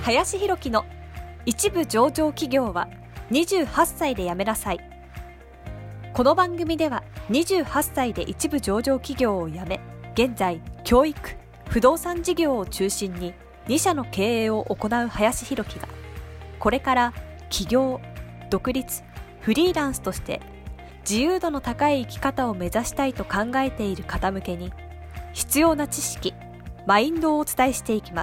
林弘樹の一部上場企業は28歳で辞めなさい。この番組では28歳で一部上場企業を辞め、現在教育、不動産事業を中心に2社の経営を行う林弘樹が、これから起業、独立、フリーランスとして自由度の高い生き方を目指したいと考えている方向けに、必要な知識、マインドをお伝えしていきます。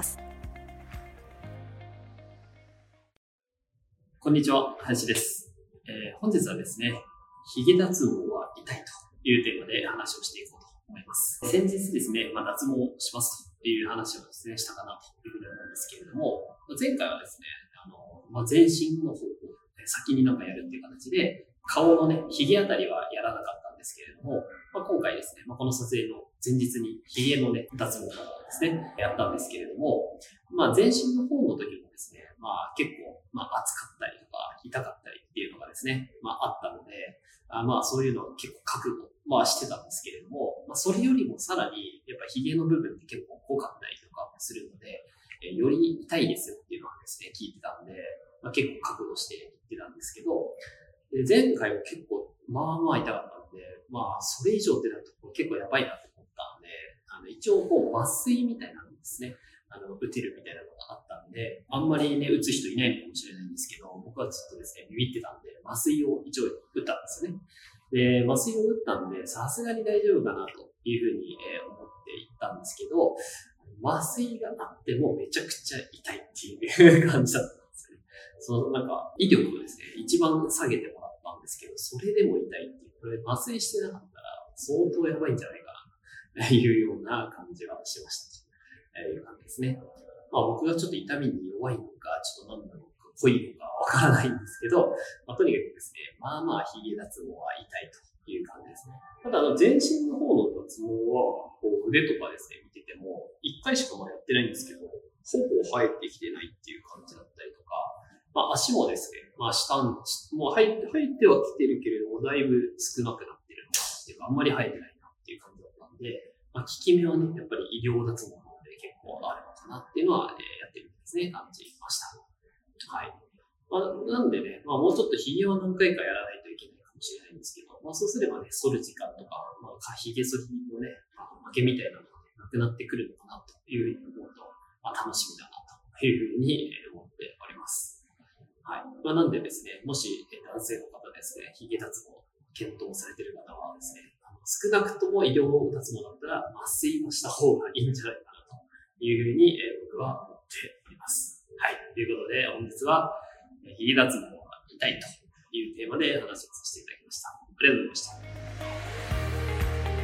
こんにちは、林です。本日はですね、髭脱毛は痛いというテーマで話をしていこうと思います。先日ですね、脱毛しますという話をですね、したかなというふうに思うんですけれども、前回はですね、全身の方を先にやるっていう形で、顔のね、髭あたりはやらなかったんですけれども、今回ですね、この撮影の前日に髭のね、脱毛をですね、やったんですけれども、全身の方の時もですね、結構、暑かったりとか、痛かったりっていうのがですね、あったので、そういうのを結構覚悟はしてたんですけれども、それよりもさらに、やっぱ髭の部分って結構濃かったりとかするので、より痛いですよっていうのはですね、聞いてたんで、結構覚悟して言ってたんですけど、前回も結構、痛かったので、それ以上ってなると結構やばいなと思ったんで、一応麻酔みたいなのですね、打てるみたいなのがあったんで、あんまりね、打つ人いないのかもしれないんですけど、僕はずっとですね、ビビってたんで、麻酔を一応打ったんですよね。で、麻酔を打ったんで、さすがに大丈夫かなというふうに思っていったんですけど、麻酔があってもめちゃくちゃ痛いっていう感じだったんですよね。威力をですね、一番下げてもらったんですけど、それでも痛いっていう、これ麻酔してなかったら相当やばいんじゃないかなというような感じはしました。という感じですね。僕がちょっと痛みに弱いのか、ちょっと濃いのかわからないんですけど、とにかくですね、髭脱毛は痛いという感じですね。ただ、全身の方の脱毛は、腕とかですね、見てても、1回しかやってないんですけど、ほぼ生えてきてないっていう感じだったりとか、足もですね、下に、もう生えてはきてるけれども、だいぶ少なくなってるのかっていうか、あんまり生えてないなっていう感じだったんで、効き目はね、やっぱり医療脱毛なので結構あるのかなっていうのは、やってみてですね、感じました。はい。なんでね、もうちょっと髭は何回かやらないといけないかもしれないんですけど、そうすればね、剃る時間とか、髭剃りのね、負けみたいなのがなくなってくるのかなというふうに思うと、楽しみだなというふうに思っております。はい。なんでですね、もし男性の方ですね、髭脱毛検討されている方はですね、少なくとも医療脱毛だったら麻酔をした方がいいんじゃないかなというふうに僕は思っております。はい。ということで、本日は髭脱毛が痛いというテーマで話をさせていただきました。ありがとうございました。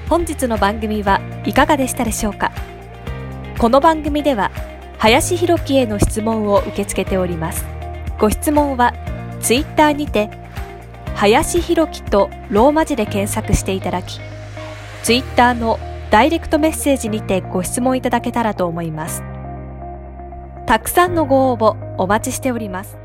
本日の番組はいかがでしたでしょうか。この番組では林弘樹への質問を受け付けております。ご質問はツイッターにて林弘樹とローマ字で検索していただき、ツイッターのダイレクトメッセージにてご質問いただけたらと思います。たくさんのご応募お待ちしております。